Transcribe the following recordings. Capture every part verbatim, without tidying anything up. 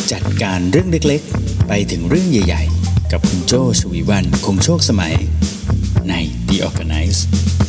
จัดการเรื่องเล็กๆไปถึงเรื่องใหญ่ๆกับคุณโจชวีวรรณคงโชคสมัยใน The Organize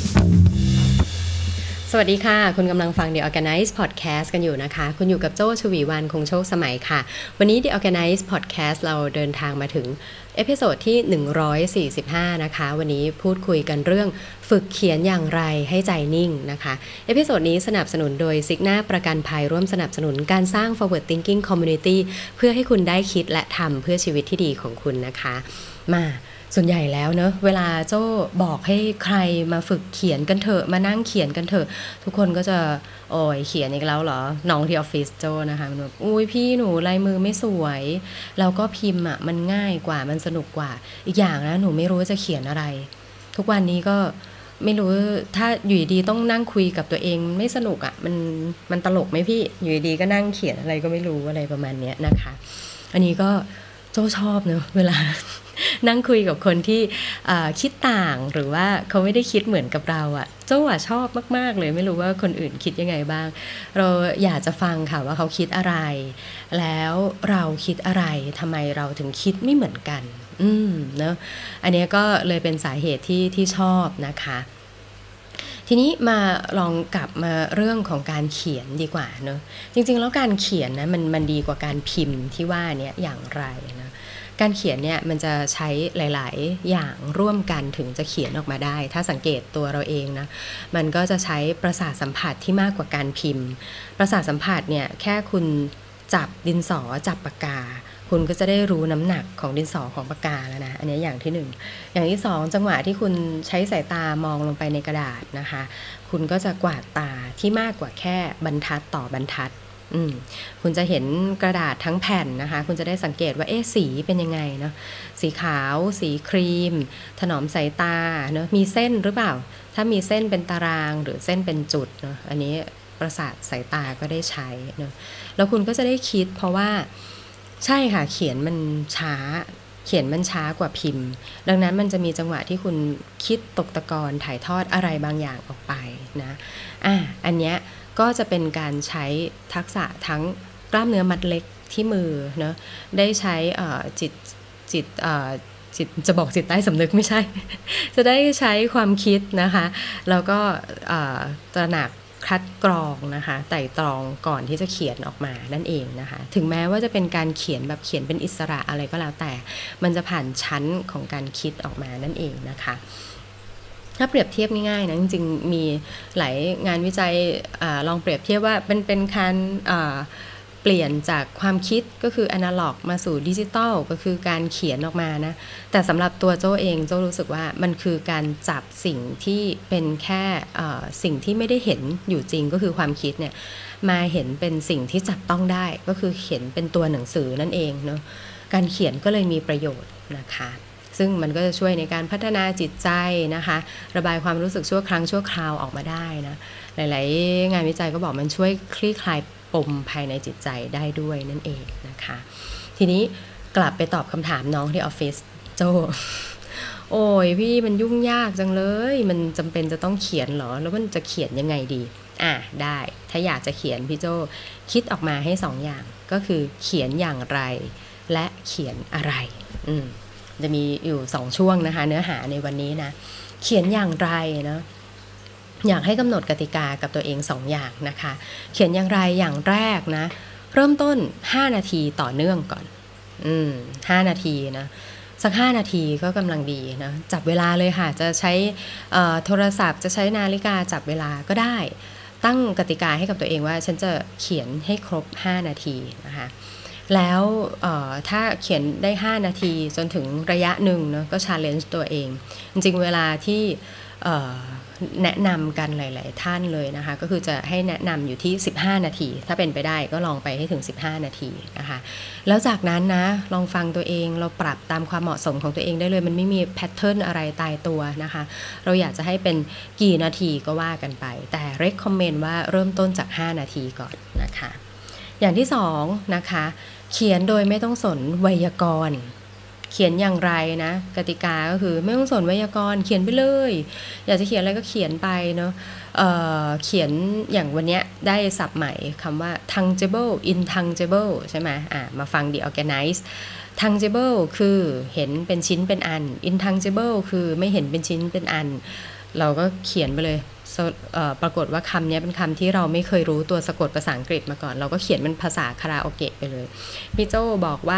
สวัสดีค่ะคุณกำลังฟัง The Organize Podcast กันอยู่นะคะคุณอยู่กับโจ้ชวีวรรณคงโชคสมัยค่ะวันนี้ The Organize Podcast เราเดินทางมาถึงเอพิโซดที่หนึ่งร้อยสี่สิบห้านะคะวันนี้พูดคุยกันเรื่องฝึกเขียนอย่างไรให้ใจนิ่งนะคะเอพิโซดนี้สนับสนุนโดยซิกนาประกันภัยร่วมสนับสนุนการสร้าง Forward Thinking Community เพื่อให้คุณได้คิดและทำเพื่อชีวิตที่ดีของคุณนะคะมาส่วนใหญ่แล้วเนอะเวลาโจ้บอกให้ใครมาฝึกเขียนกันเถอะมานั่งเขียนกันเถอะทุกคนก็จะโอ้ยเขียนอีกแล้วเหรอน้องที่ออฟฟิศโจ้นะคะมันแบบอุ้ยพี่หนูลายมือไม่สวยแล้วก็พิมพ์อ่ะมันง่ายกว่ามันสนุกกว่าอีกอย่างนะหนูไม่รู้จะเขียนอะไรทุกวันนี้ก็ไม่รู้ถ้าอยู่ดีต้องนั่งคุยกับตัวเองไม่สนุกอ่ะมันมันตลกไหมพี่อยู่ดีก็นั่งเขียนอะไรก็ไม่รู้อะไรประมาณเนี้ยนะคะอันนี้ก็โจ้ชอบเนอะเวลานั่งคุยกับคนที่คิดต่างหรือว่าเขาไม่ได้คิดเหมือนกับเราอ่ะโจ้อ่ะชอบมากๆเลยไม่รู้ว่าคนอื่นคิดยังไงบ้างเราอยากจะฟังค่ะว่าเขาคิดอะไรแล้วเราคิดอะไรทำไมเราถึงคิดไม่เหมือนกันอืมเนอะอันนี้ก็เลยเป็นสาเหตุที่ที่ชอบนะคะทีนี้มาลองกลับมาเรื่องของการเขียนดีกว่าเนอะจริงๆแล้วการเขียนนะมันมันดีกว่าการพิมพ์ที่ว่าเนี่ยอย่างไรนะการเขียนเนี่ยมันจะใช้หลายๆอย่างร่วมกันถึงจะเขียนออกมาได้ถ้าสังเกตตัวเราเองนะมันก็จะใช้ประสาทสัมผัสที่มากกว่าการพิมพ์ประสาทสัมผัสเนี่ยแค่คุณจับดินสอจับปากกาคุณก็จะได้รู้น้ำหนักของดินสอของปากกาแล้วนะอันนี้อย่างที่หนึ่งอย่างที่สองจังหวะที่คุณใช้สายตามองลงไปในกระดาษนะคะคุณก็จะกวาดตาที่มากกว่าแค่บรรทัดต่อบรรทัดอืมคุณจะเห็นกระดาษทั้งแผ่นนะคะคุณจะได้สังเกตว่าเอ๊ะสีเป็นยังไงเนาะสีขาวสีครีมถนอมสายตาเนาะมีเส้นหรือเปล่าถ้ามีเส้นเป็นตารางหรือเส้นเป็นจุดเนาะอันนี้ประสาทสายตาก็ได้ใช้เนาะแล้วคุณก็จะได้คิดเพราะว่าใช่ค่ะเขียนมันช้าเขียนมันช้ากว่าพิมพ์ดังนั้นมันจะมีจังหวะที่คุณคิดตกตะกอนถ่ายทอดอะไรบางอย่างออกไปนะอ่ะอันเนี้ยก็จะเป็นการใช้ทักษะทั้งกล้ามเนื้อมัดเล็กที่มือเนอะได้ใช้จิตจิตจิตจะบอกจิตใต้สำนึกไม่ใช่ จะได้ใช้ความคิดนะคะแล้วก็ตระหนักคัดกรองนะคะไต่ตรองก่อนที่จะเขียนออกมานั่นเองนะคะถึงแม้ว่าจะเป็นการเขียนแบบเขียนเป็นอิสระอะไรก็แล้วแต่มันจะผ่านชั้นของการคิดออกมานั่นเองนะคะถ้าเปรียบเทียบง่ายๆนะจริงๆมีหลายงานวิจัยอลองเปรียบเทียบว่าเป็นเป็นการเปลี่ยนจากความคิดก็คืออนาล็อกมาสู่ดิจิตอลก็คือการเขียนออกมานะแต่สำหรับตัวโจ้เองโจ้รู้สึกว่ามันคือการจับสิ่งที่เป็นแค่สิ่งที่ไม่ได้เห็นอยู่จริงก็คือความคิดเนี่ยมาเห็นเป็นสิ่งที่จับต้องได้ก็คือเขียนเป็นตัวหนังสือนั่นเองเนาะการเขียนก็เลยมีประโยชน์นะคะซึ่งมันก็จะช่วยในการพัฒนาจิตใจนะคะระบายความรู้สึกชั่วครั้งชั่วคราวออกมาได้นะหลายๆงานวิจัยก็บอกมันช่วยคลี่คลายปมภายในจิตใจได้ด้วยนั่นเองนะคะทีนี้กลับไปตอบคำถามน้องที่ออฟฟิศโจโอ้ยพี่มันยุ่งยากจังเลยมันจำเป็นจะต้องเขียนเหรอแล้วมันจะเขียนยังไงดีอ่ะได้ถ้าอยากจะเขียนพี่โจคิดออกมาให้สองอย่างก็คือเขียนอย่างไรและเขียนอะไรอืมจะมีอยู่สองช่วงนะคะเนื้อหาในวันนี้นะเขียนอย่างไรนะอยากให้กำหนดกติกากับตัวเองสองอย่างนะคะเขียนอย่างไรอย่างแรกนะเริ่มต้นห้านาทีต่อเนื่องก่อนอืมห้านาทีนะสักห้านาทีก็กำลังดีนะจับเวลาเลยค่ะจะใช้โทรศัพท์จะใช้นาฬิกาจับเวลาก็ได้ตั้งกติกาให้กับตัวเองว่าฉันจะเขียนให้ครบห้านาทีนะคะแล้วถ้าเขียนได้ห้านาทีจนถึงระยะหนึ่งเนาะก็ challenge ตัวเองจริงๆเวลาที่แนะนำกันหลายๆท่านเลยนะคะก็คือจะให้แนะนำอยู่ที่สิบห้านาทีถ้าเป็นไปได้ก็ลองไปให้ถึงสิบห้านาทีนะคะแล้วจากนั้นนะลองฟังตัวเองเราปรับตามความเหมาะสมของตัวเองได้เลยมันไม่มีแพทเทิร์นอะไรตายตัวนะคะเราอยากจะให้เป็นกี่นาทีก็ว่ากันไปแต่ recommend ว่าเริ่มต้นจากห้านาทีก่อนนะคะอย่างที่สองนะคะเขียนโดยไม่ต้องสนไวยากรณ์เขียนอย่างไรนะกติกาก็คือไม่ต้องสนไวยากรณ์เขียนไปเลยอยากจะเขียนอะไรก็เขียนไปเนาะ เอ่อ เขียนอย่างวันนี้ได้ศัพท์ใหม่คำว่า tangible intangible ใช่ไหมอ่ะมาฟัง The Organize tangible คือเห็นเป็นชิ้นเป็นอัน intangible คือไม่เห็นเป็นชิ้นเป็นอันเราก็เขียนไปเลยปรากฏว่าคำนี้เป็นคำที่เราไม่เคยรู้ตัวสะกดภาษาอังกฤษมาก่อนเราก็เขียนเป็นภาษาคาราโอเกะไปเลยพี่โจบอกว่า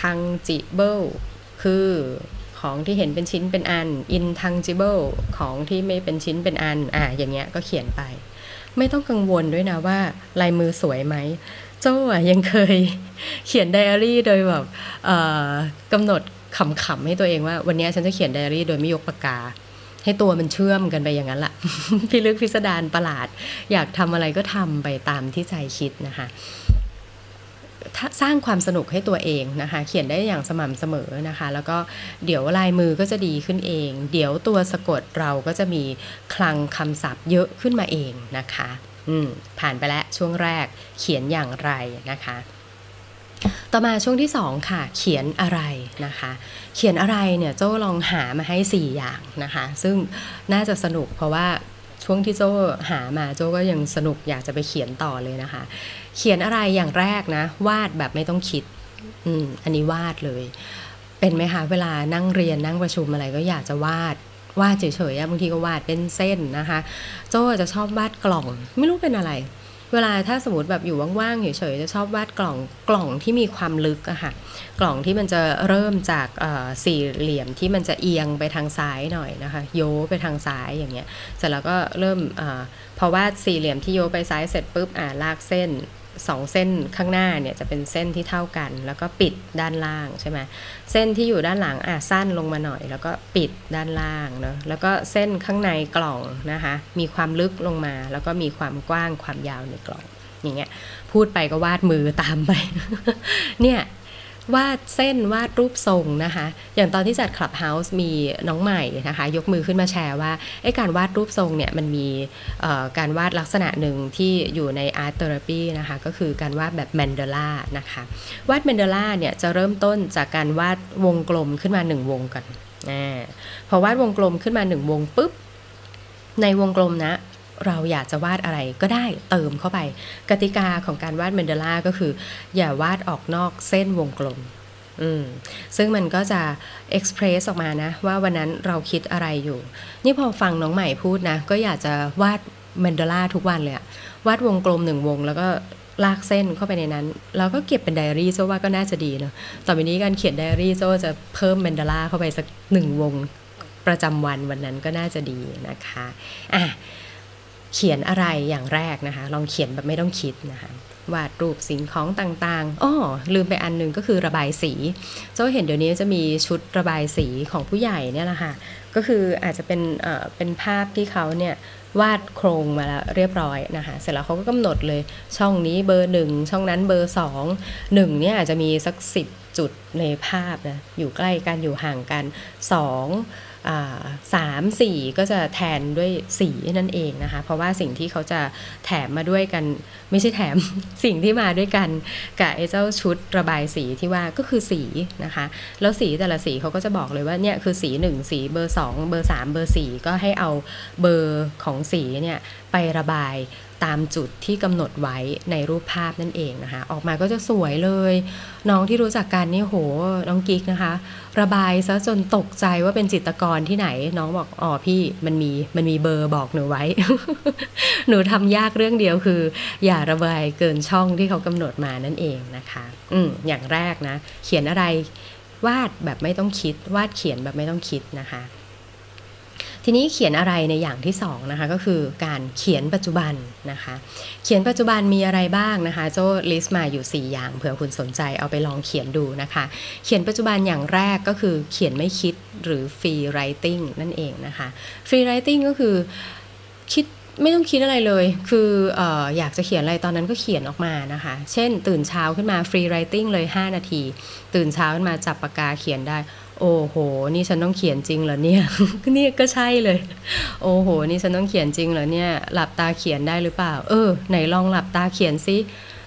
tangible คือของที่เห็นเป็นชิ้นเป็นอัน intangible ของที่ไม่เป็นชิ้นเป็นอันอ่ะอย่างเงี้ยก็เขียนไปไม่ต้องกังวลด้วยนะว่าลายมือสวยไหมโจ้อ่ะยังเคยเขียนไดอารี่โดยแบบกำหนดขำๆให้ตัวเองว่าวันนี้ฉันจะเขียนไดอารี่โดยไม่ยกปากกาให้ตัวมันเชื่อมกันไปอย่างนั้นแหละ พิลึกพิสดารประหลาดอยากทำอะไรก็ทำไปตามที่ใจคิดนะคะสร้างความสนุกให้ตัวเองนะคะเขียนได้อย่างสม่ำเสมอนะคะแล้วก็เดี๋ยวลายมือก็จะดีขึ้นเองเดี๋ยวตัวสะกดเราก็จะมีคลังคำศัพท์เยอะขึ้นมาเองนะคะอืมผ่านไปแล้วช่วงแรกเขียนอย่างไรนะคะต่อมาช่วงที่สองค่ะเขียนอะไรนะคะเขียนอะไรเนี่ยโจ้ลองหามาให้สี่อย่างนะคะซึ่งน่าจะสนุกเพราะว่าช่วงที่โจ้หามาโจ้ก็ยังสนุกอยากจะไปเขียนต่อเลยนะคะเขียนอะไรอย่างแรกนะวาดแบบไม่ต้องคิดอืมอันนี้วาดเลยเป็นไหมคะเวลานั่งเรียนนั่งประชุมอะไรก็อยากจะวาดวาดเฉยๆบางทีก็วาดเป็นเส้นนะคะโจ้จะชอบวาดกล่องไม่รู้เป็นอะไรเวลาถ้าสมมติแบบอยู่ว่างๆเฉยๆจะชอบวาดกล่องกล่องที่มีความลึกอะค่ะกล่องที่มันจะเริ่มจากสี่เหลี่ยมที่มันจะเอียงไปทางซ้ายหน่อยนะคะโยไปทางซ้ายอย่างเงี้ยเสร็จแล้วก็เริ่มอพอวาดสี่เหลี่ยมที่โยไปซ้ายเสร็จปุ๊บอ่าลากเส้นสองเส้นข้างหน้าเนี่ยจะเป็นเส้นที่เท่ากันแล้วก็ปิดด้านล่างใช่ไหมเส้นที่อยู่ด้านหลังอ่ะสั้นลงมาหน่อยแล้วก็ปิดด้านล่างเนาะแล้วก็เส้นข้างในกล่องนะคะมีความลึกลงมาแล้วก็มีความกว้างความยาวในกล่องอย่างเงี้ยพูดไปก็วาดมือตามไป เนี่ยวาดเส้นวาดรูปทรงนะคะอย่างตอนที่จัด Clubhouse มีน้องใหม่นะคะยกมือขึ้นมาแชร์ว่าไอ้การวาดรูปทรงเนี่ยมันมีการวาดลักษณะหนึ่งที่อยู่ใน Art Therapy นะคะก็คือการวาดแบบแมนเดลานะคะวาดแมนเดลาเนี่ยจะเริ่มต้นจากการวาดวงกลมขึ้นมาหนึ่งวงก่อนอ่าพอวาดวงกลมขึ้นมาหนึ่งวงปุ๊บในวงกลมนะเราอยากจะวาดอะไรก็ได้เติมเข้าไปกติกาของการวาดแมนเดลาก็คืออย่าวาดออกนอกเส้นวงกลมอืมซึ่งมันก็จะเอ็กซ์เพรสออกมานะว่าวันนั้นเราคิดอะไรอยู่นี่พอฟังน้องใหม่พูดนะก็อยากจะวาดแมนเดลาทุกวันเลยวาดวงกลมหนึ่งวงแล้วก็ลากเส้นเข้าไปในนั้นแล้วก็เก็บเป็นไดอารี่โจ้ว่าก็น่าจะดีเนาะต่อไปนี้การเขียนไดอารี่โจ้จะเพิ่มแมนเดลาเข้าไปสักหนึ่งวงประจำวันวันนั้นก็น่าจะดีนะคะอ่ะเขียนอะไรอย่างแรกนะคะลองเขียนแบบไม่ต้องคิดนะคะวาดรูปสิ่งของต่างๆอ้อลืมไปอันนึงก็คือระบายสีเจ้าเห็นเดี๋ยวนี้จะมีชุดระบายสีของผู้ใหญ่เนี่ยแหละค่ะก็คืออาจจะเป็นเอ่อเป็นภาพที่เขาเนี่ยวาดโครงมาแล้วเรียบร้อยนะคะเสร็จแล้วเขาก็กำหนดเลยช่องนี้เบอร์หนึ่งช่องนั้นเบอร์สองหนึ่งเนี่ยอาจจะมีสักสิบจุดในภาพนะอยู่ใกล้กันอยู่ห่างกันสองอ่าสามสี่ก็จะแทนด้วยสีนั่นเองนะคะเพราะว่าสิ่งที่เขาจะแถมมาด้วยกันไม่ใช่แถม สิ่งที่มาด้วยกันกับไอ้เจ้าชุดระบายสีที่ว่าก็คือสีนะคะแล้วสีแต่ละสีเขาก็จะบอกเลยว่าเนี่ยคือสีหนึ่งสีเบอร์สองเบอร์สามเบอร์สี่ก็ให้เอาเบอร์ของสีเนี่ยไประบายตามจุดที่กำหนดไว้ในรูปภาพนั่นเองนะคะออกมาก็จะสวยเลยน้องที่รู้จักกันนี่โหน้องกิ๊กนะคะระบายซะจนตกใจว่าเป็นจิตรกรที่ไหนน้องบอกอ๋อพี่มันมีมันมีเบอร์บอกหนูไว้ หนูทำยากเรื่องเดียวคืออย่าระบายเกินช่องที่เขากำหนดมานั่นเองนะคะอืมอย่างแรกนะเขียนอะไรวาดแบบไม่ต้องคิดวาดเขียนแบบไม่ต้องคิดนะคะทีนี้เขียนอะไรในอย่างที่สองนะคะก็คือการเขียนปัจจุบันนะคะเขียนปัจจุบันมีอะไรบ้างนะคะโจ้ลิสต์มาอยู่สี่อย่างเผื่อคุณสนใจเอาไปลองเขียนดูนะคะเขียนปัจจุบันอย่างแรกก็คือเขียนไม่คิดหรือ free writing นั่นเองนะคะ free writing ก็คือคิดไม่ต้องคิดอะไรเลยคือเอ่ออยากจะเขียนอะไรตอนนั้นก็เขียนออกมานะคะเช่นตื่นเช้าขึ้นมา free writing เลยห้านาทีตื่นเช้าขึ้นมาจับปากกาเขียนได้โอ้โหนี่ฉันต้องเขียนจริงเหรอเนี่ย นี่ก็ใช่เลยโอ้โหนี่ฉันต้องเขียนจริงเหรอเนี่ยหลับตาเขียนได้หรือเปล่าเออไหนลองหลับตาเขียนซิ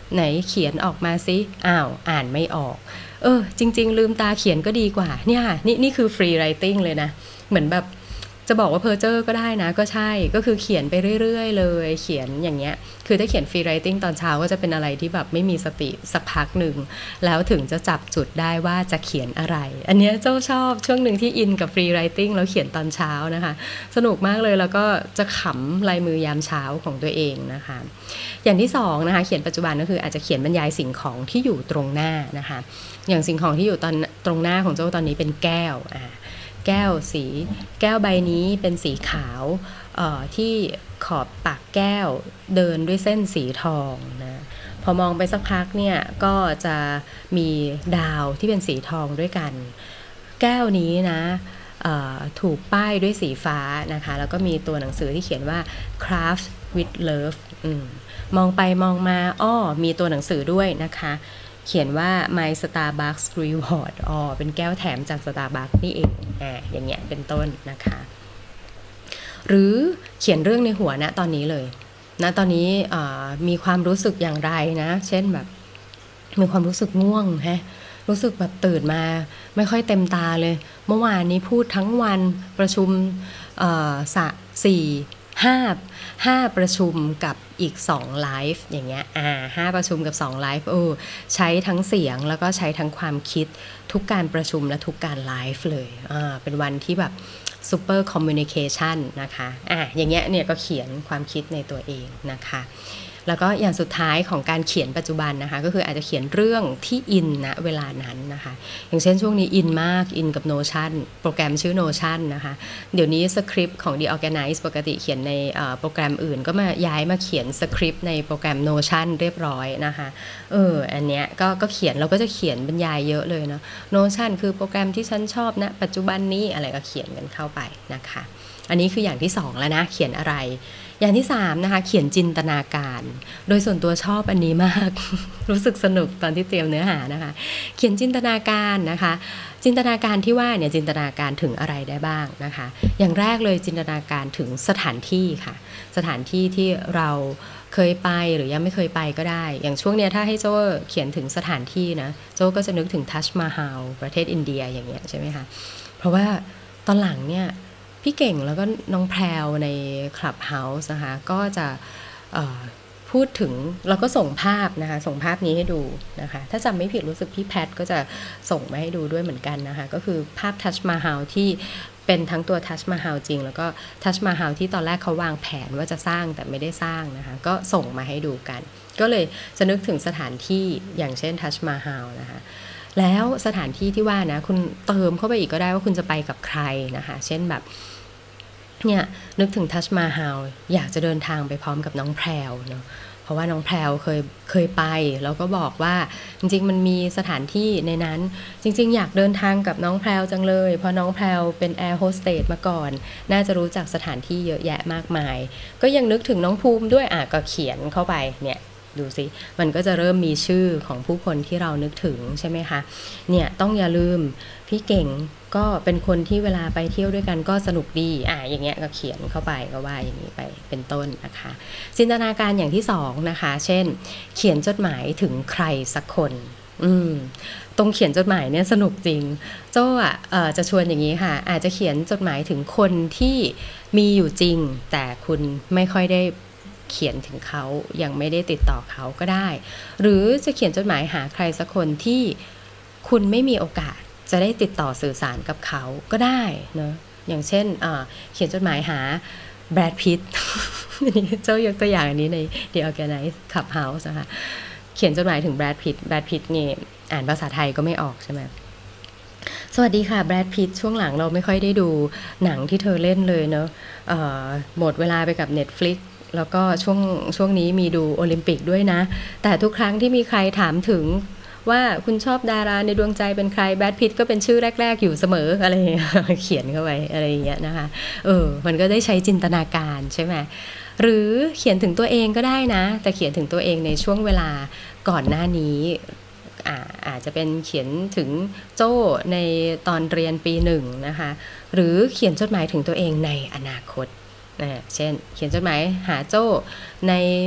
ไหนเขียนออกมาซิอ้าวอ่านไม่ออกเออจริงๆลืมตาเขียนก็ดีกว่าเนี่ยนี่นี่คือฟรีไรติ้งเลยนะเหมือนแบบจะบอกว่าเพอร์เจอร์ก็ได้นะก็ใช่ก็คือเขียนไปเรื่อยๆเลยเขียนอย่างเงี้ยคือถ้าเขียนฟรีไรติ้งตอนเช้าก็จะเป็นอะไรที่แบบไม่มีสติสักพักหนึ่งแล้วถึงจะจับจุดได้ว่าจะเขียนอะไรอันเนี้ยเจ้าชอบช่วงหนึ่งที่อินกับฟรีไรติ้งแล้วเขียนตอนเช้านะคะสนุกมากเลยแล้วก็จะขำลายมือยามเช้าของตัวเองนะคะอย่างที่สองนะคะเขียนปัจจุบันก็คืออาจจะเขียนบรรยายสิ่งของที่อยู่ตรงหน้านะคะอย่างสิ่งของที่อยู่ตอนตรงหน้าของเจ้าตอนนี้เป็นแก้วอ่าแก้วสีแก้วใบนี้เป็นสีขาวที่ขอบปากแก้วเดินด้วยเส้นสีทองนะพอมองไปสักพักเนี่ยก็จะมีดาวที่เป็นสีทองด้วยกันแก้วนี้นะถูกป้ายด้วยสีฟ้านะคะแล้วก็มีตัวหนังสือที่เขียนว่า craft with love อมมองไปมองมาอ้อมีตัวหนังสือด้วยนะคะเขียนว่า my Starbucks reward อ๋อเป็นแก้วแถมจาก Starbucks นี่เองอ่าอย่างเงี้ยเป็นต้นนะคะหรือเขียนเรื่องในหัวนะตอนนี้เลยนะตอนนี้มีความรู้สึกอย่างไรนะเช่นแบบมีความรู้สึกง่วงฮะรู้สึกแบบตื่นมาไม่ค่อยเต็มตาเลยเมื่อวานนี้พูดทั้งวันประชุมสะสี่ห้าห้าประชุมกับอีกสองไลฟ์อย่างเงี้ยอ่าห้าประชุมกับสองไลฟ์โอ้ใช้ทั้งเสียงแล้วก็ใช้ทั้งความคิดทุกการประชุมและทุกการไลฟ์เลยอ่าเป็นวันที่แบบซูเปอร์คอมมิวนิเคชันนะคะอ่าอย่างเงี้ยเนี่ยก็เขียนความคิดในตัวเองนะคะแล้วก็อย่างสุดท้ายของการเขียนปัจจุบันนะคะก็คืออาจจะเขียนเรื่องที่อินณเวลานั้นนะคะอย่างเช่นช่วงนี้อินมากอินกับ Notion โปรแกรมชื่อ Notion นะคะเดี๋ยวนี้สคริปต์ของ The Organize ปกติเขียนในโปรแกรมอื่นก็มาย้ายมาเขียนสคริปต์ในโปรแกรม Notion เรียบร้อยนะคะเอออันเนี้ยก็ก็เขียนเราก็จะเขียนบรรยายเยอะเลยเนาะ Notion คือโปรแกรมที่ฉันชอบนะปัจจุบันนี้อะไรก็เขียนกันเข้าไปนะคะอันนี้คืออย่างที่สองแล้วนะเขียนอะไรอย่างที่สามนะคะเขียนจินตนาการโดยส่วนตัวชอบอันนี้มาก รู้สึกสนุกตอนที่เตรียมเนื้อหานะคะเขียนจินตนาการนะคะจินตนาการที่ว่าเนี่ยจินตนาการถึงอะไรได้บ้างนะคะอย่างแรกเลยจินตนาการถึงสถานที่ค่ะสถานที่ที่เราเคยไปหรือยังไม่เคยไปก็ได้อย่างช่วงเนี้ยถ้าให้โจ้เขียนถึงสถานที่นะโจ้ก็จะนึกถึงทัชมาฮาลประเทศอินเดียอย่างเงี้ยใช่ไหมคะเพราะว่าตอนหลังเนี่ยพี่เก่งแล้วก็น้องแพรวใน Clubhouse นะคะก็จะพูดถึงเราก็ส่งภาพนะคะส่งภาพนี้ให้ดูนะคะถ้าจำไม่ผิดรู้สึกพี่แพทก็จะส่งมาให้ดูด้วยเหมือนกันนะคะก็คือภาพทัชมาฮาลที่เป็นทั้งตัวทัชมาฮาลจริงแล้วก็ทัชมาฮาลที่ตอนแรกเขาวางแผนว่าจะสร้างแต่ไม่ได้สร้างนะคะก็ส่งมาให้ดูกันก็เลยจะนึกถึงสถานที่อย่างเช่นทัชมาฮาลนะคะแล้วสถานที่ที่ว่านะคุณเติมเข้าไปอีกก็ได้ว่าคุณจะไปกับใครนะคะเช่นแบบเนี่ยนึกถึงทัชมาฮาลอยากจะเดินทางไปพร้อมกับน้องแพรวเนาะเพราะว่าน้องแพรวเคยเคยไปแล้วก็บอกว่าจริงๆมันมีสถานที่ในนั้นจริงๆอยากเดินทางกับน้องแพรวจังเลยเพราะน้องแพรวเป็นแอร์โฮสเตสมาก่อนน่าจะรู้จักสถานที่เยอะแยะมากมายก็ยังนึกถึงน้องภูมิด้วยอ่ะก็เขียนเข้าไปเนี่ยดูสิมันก็จะเริ่มมีชื่อของผู้คนที่เรานึกถึงใช่ไหมคะเนี่ยต้องอย่าลืมพี่เก่งก็เป็นคนที่เวลาไปเที่ยวด้วยกันก็สนุกดีอ่ะอย่างเงี้ยก็เขียนเข้าไปก็ว่าอย่างนี้ไปเป็นต้นนะคะจินตนาการอย่างที่สองนะคะเช่นเขียนจดหมายถึงใครสักคนอืมตรงเขียนจดหมายเนี่ยสนุกจริงโจ้อ่ะเอ่อจะชวนอย่างนี้ค่ะอาจจะเขียนจดหมายถึงคนที่มีอยู่จริงแต่คุณไม่ค่อยได้เขียนถึงเขายังไม่ได้ติดต่อเขาก็ได้หรือจะเขียนจดหมายหาใครสักคนที่คุณไม่มีโอกาสจะได้ติดต่อสื่อสารกับเขาก็ได้เนาะอย่างเช่นเขียนจดหมายหาแบรดพิตต์ เจ้ายกตัวอย่างอันนี้ใน The Organize Clubhouse นะคะเขียนจดหมายถึงแบรดพิตต์แบรดพิตต์นี่อ่านภาษาไทยก็ไม่ออกใช่ไหมสวัสดีค่ะแบรดพิตต์ช่วงหลังเราไม่ค่อยได้ดูหนังที่เธอเล่นเลยเนาะหมดเวลาไปกับ Netflixแล้วก็ช่วงช่วงนี้มีดูโอลิมปิกด้วยนะแต่ทุกครั้งที่มีใครถามถึงว่าคุณชอบดาราในดวงใจเป็นใครแบรดพิตต์ก็เป็นชื่อแรกๆอยู่เสมออะไรเขียนเข้าไปอะไรอย่างเงี้ยนะคะเออมันก็ได้ใช้จินตนาการใช่ไหมหรือเขียนถึงตัวเองก็ได้นะแต่เขียนถึงตัวเองในช่วงเวลาก่อนหน้านี้อาอาจจะเป็นเขียนถึงโจ้ในตอนเรียนปีหนึ่งนะคะหรือเขียนจดหมายถึงตัวเองในอนาคตนะเช่นเขียนจดหมายหาโจ้ใน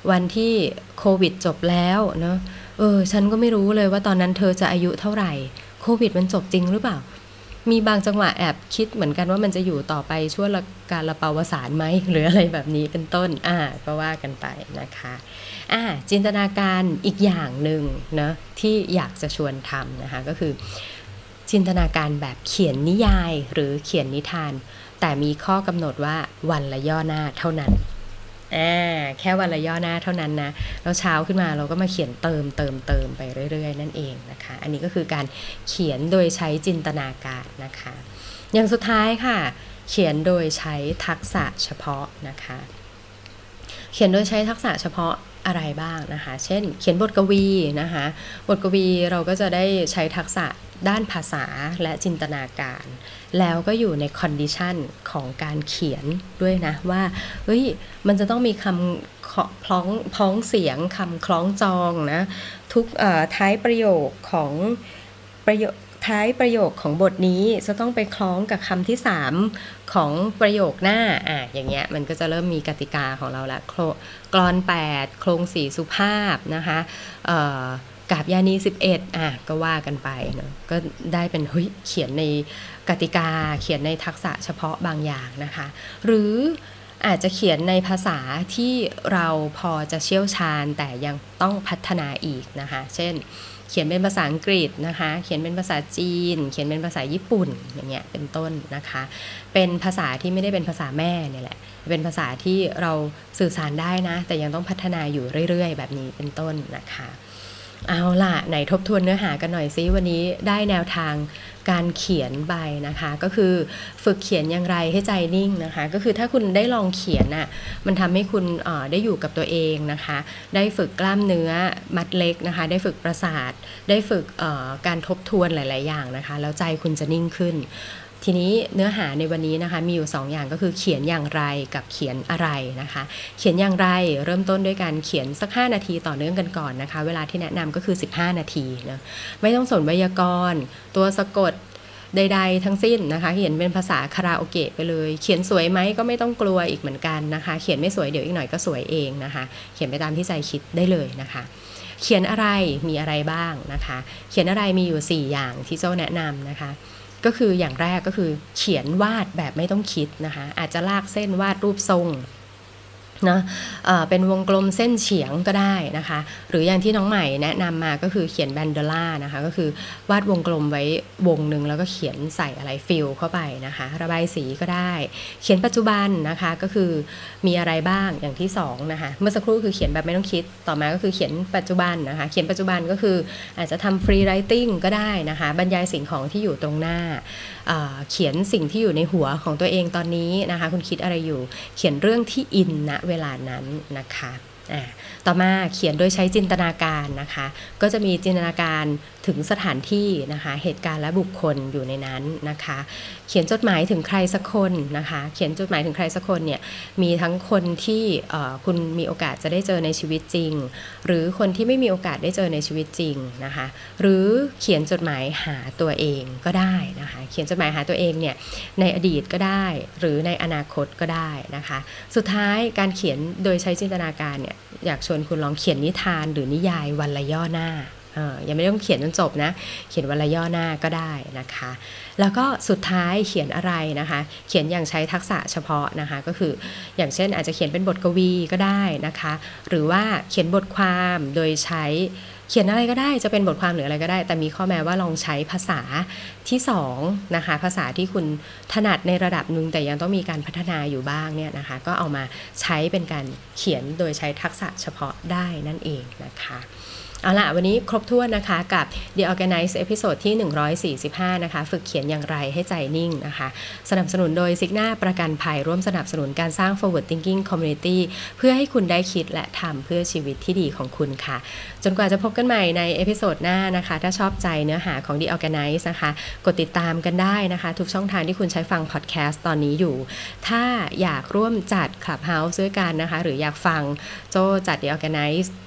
วันที่โควิดจบแล้วเนาะเออฉันก็ไม่รู้เลยว่าตอนนั้นเธอจะอายุเท่าไหร่โควิดมันจบจริงหรือเปล่ามีบางจังหวะแอบคิดเหมือนกันว่ามันจะอยู่ต่อไปช่วงการละปาวสารไหมหรืออะไรแบบนี้เป็นต้นอ่าก็ว่ากันไปนะคะอ่าจินตนาการอีกอย่างหนึ่งนะที่อยากจะชวนทำนะคะก็คือจินตนาการแบบเขียนนิยายหรือเขียนนิทานแต่มีข้อกำหนดว่าวันละย่อหน้าเท่านั้นอ่าแค่วันละย่อหน้าเท่านั้นนะแล้วเช้าขึ้นมาเราก็มาเขียนเติมเติมเติมไปเรื่อยๆนั่นเองนะคะอันนี้ก็คือการเขียนโดยใช้จินตนาการนะคะอย่างสุดท้ายค่ะเขียนโดยใช้ทักษะเฉพาะนะคะเขียนโดยใช้ทักษะเฉพาะอะไรบ้างนะคะเช่นเขียนบทกวีนะคะบทกวีเราก็จะได้ใช้ทักษะด้านภาษาและจินตนาการแล้วก็อยู่ในคอนดิชันของการเขียนด้วยนะว่าเฮ้ยมันจะต้องมีคำพล้องพ้องเสียงคำคล้องจองนะทุกท้ายประโยคของประโยคท้ายประโยคของบทนี้จะต้องไปคล้องกับคำที่สามของประโยคหน้าอ่ะอย่างเงี้ยมันก็จะเริ่มมีกติกาของเราละกลอนแปดโครงสี่สุภาพนะคะเอ่อกาบยานีสิบเอ็ดอ่ะก็ว่ากันไปเนาะก็ได้เป็นเฮ้ยเขียนในกติกาเขียนในทักษะเฉพาะบางอย่างนะคะหรืออาจจะเขียนในภาษาที่เราพอจะเชี่ยวชาญแต่ยังต้องพัฒนาอีกนะคะเช่นเขียนเป็นภาษาอังกฤษนะคะเขียนเป็นภาษาจีนเขียนเป็นภาษาญี่ปุ่นอย่างเงี้ยเป็นต้นนะคะเป็นภาษาที่ไม่ได้เป็นภาษาแม่เนี่ยแหละเป็นภาษาที่เราสื่อสารได้นะแต่ยังต้องพัฒนาอยู่เรื่อยๆแบบนี้เป็นต้นนะคะเอาล่ะไหนทบทวนเนื้อหากันหน่อยซิวันนี้ได้แนวทางการเขียนใบนะคะก็คือฝึกเขียนอย่างไรให้ใจนิ่งนะคะก็คือถ้าคุณได้ลองเขียนน่ะมันทำให้คุณเอ่อได้อยู่กับตัวเองนะคะได้ฝึกกล้ามเนื้อมัดเล็กนะคะได้ฝึกประสาทได้ฝึกเอ่อการทบทวนหลายๆอย่างนะคะแล้วใจคุณจะนิ่งขึ้นทีนี้เนื้อหาในวันนี้นะคะมีอยู่สองอย่างก็คือเขียนอย่างไรกับเขียนอะไรนะคะเขียนอย่างไรเริ่มต้นด้วยการเขียนสักห้านาทีต่อเนื่องกันก่อนนะคะเวลาที่แนะนำก็คือสิบห้านาทีนะไม่ต้องสนไวยากรณ์ตัวสะกดใดๆทั้งสิ้นนะคะเขียนเป็นภาษาคาราโอเกะไปเลยเขียนสวยไหมก็ไม่ต้องกลัวอีกเหมือนกันนะคะเขียนไม่สวยเดี๋ยวอีกหน่อยก็สวยเองนะคะเขียนไปตามที่ใจคิดได้เลยนะคะเขียนอะไรมีอะไรบ้างนะคะเขียนอะไรมีอยู่สี่อย่างที่โจ้แนะนำนะคะก็คืออย่างแรกก็คือเขียนวาดแบบไม่ต้องคิดนะคะอาจจะลากเส้นวาดรูปทรงนะเอ่อเป็นวงกลมเส้นเฉียงก็ได้นะคะหรืออย่างที่น้องใหม่แนะนำมาก็คือเขียนแบนเดล่านะคะก็คือวาดวงกลมไว้วงหนึ่งแล้วก็เขียนใส่อะไรฟิลเข้าไปนะคะระบายสีก็ได้เขียนปัจจุบันนะคะก็คือมีอะไรบ้างอย่างที่สองนะคะเมื่อสักครู่คือเขียนแบบไม่ต้องคิดต่อมาก็คือเขียนปัจจุบันนะคะเขียนปัจจุบันก็คืออาจจะทำฟรีไรติ้งก็ได้นะคะบรรยายสิ่งของที่อยู่ตรงหน้าเอ่อเขียนสิ่งที่อยู่ในหัวของตัวเองตอนนี้นะคะคุณคิดอะไรอยู่เขียนเรื่องที่อินนะเวลานั้นนะคะอ่าต่อมาเขียนโดยใช้จินตนาการนะคะก็จะมีจินตนาการถึงสถานที่นะคะเหตุการณ์และบุคคลอยู่ในนั้นนะคะเขียนจดหมายถึงใครสักคนนะคะเขียนจดหมายถึงใครสักคนเนี่ยมีทั้งคนที่เอ่อคุณมีโอกาสจะได้เจอในชีวิตจริงหรือคนที่ไม่มีโอกาสได้เจอในชีวิตจริงนะคะหรือเขียนจดหมายหาตัวเองก็ได้นะคะเขียนจดหมายหาตัวเองเนี่ยในอดีตก็ได้หรือในอนาคตก็ได้นะคะสุดท้ายการเขียนโดยใช้จินตนาการเนี่ยอยากชวนคุณลองเขียนนิทานหรือนิยายวันละย่อหน้าเออยังไม่ต้องเขียนจนจบนะเขียนวันละย่อหน้าก็ได้นะคะแล้วก็สุดท้ายเขียนอะไรนะคะเขียนอย่างใช้ทักษะเฉพาะนะคะก็คืออย่างเช่นอาจจะเขียนเป็นบทกวีก็ได้นะคะหรือว่าเขียนบทความโดยใช้เขียนอะไรก็ได้จะเป็นบทความหรืออะไรก็ได้แต่มีข้อแม้ว่าลองใช้ภาษาที่สองนะคะภาษาที่คุณถนัดในระดับนึงแต่ยังต้องมีการพัฒนาอยู่บ้างเนี่ยนะคะก็เอามาใช้เป็นการเขียนโดยใช้ทักษะเฉพาะได้นั่นเองนะคะเอาล่ะวันนี้ครบถ้วนนะคะกับ The Organize เอพิโซดที่หนึ่งร้อยสี่สิบห้านะคะฝึกเขียนอย่างไรให้ใจนิ่งนะคะสนับสนุนโดยซิกนาประกันภัยร่วมสนับสนุนการสร้าง Forward Thinking Community เพื่อให้คุณได้คิดและทำเพื่อชีวิตที่ดีของคุณค่ะจนกว่าจะพบกันใหม่ในเอพิโซดหน้านะคะถ้าชอบใจเนื้อหาของ The Organize นะคะกดติดตามกันได้นะคะทุกช่องทางที่คุณใช้ฟังพอดแคสต์ตอนนี้อยู่ถ้าอยากร่วมจัด Clubhouse ด้วยกันนะคะหรืออยากฟังโจจัด The Organize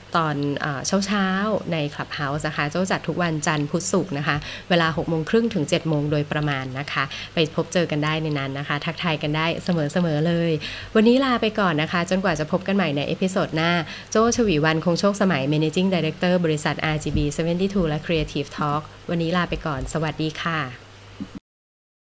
ตอนเช้าๆใน Clubhouse นะคะโจ้จัดทุกวันจันทร์พุธศุกร์นะคะเวลา หกโมงครึ่ง ถึง เจ็ดโมงโดยประมาณนะคะไปพบเจอกันได้ในนั้นนะคะทักทายกันได้เสมอๆเลยวันนี้ลาไปก่อนนะคะจนกว่าจะพบกันใหม่ในเอพิโซดหน้าโจ้ชวีวรรณคงโชคสมัย Managing Director บริษัท อาร์ จี บี เจ็ดสิบสอง และ Creative Talk วันนี้ลาไปก่อนสวัสดีค่ะ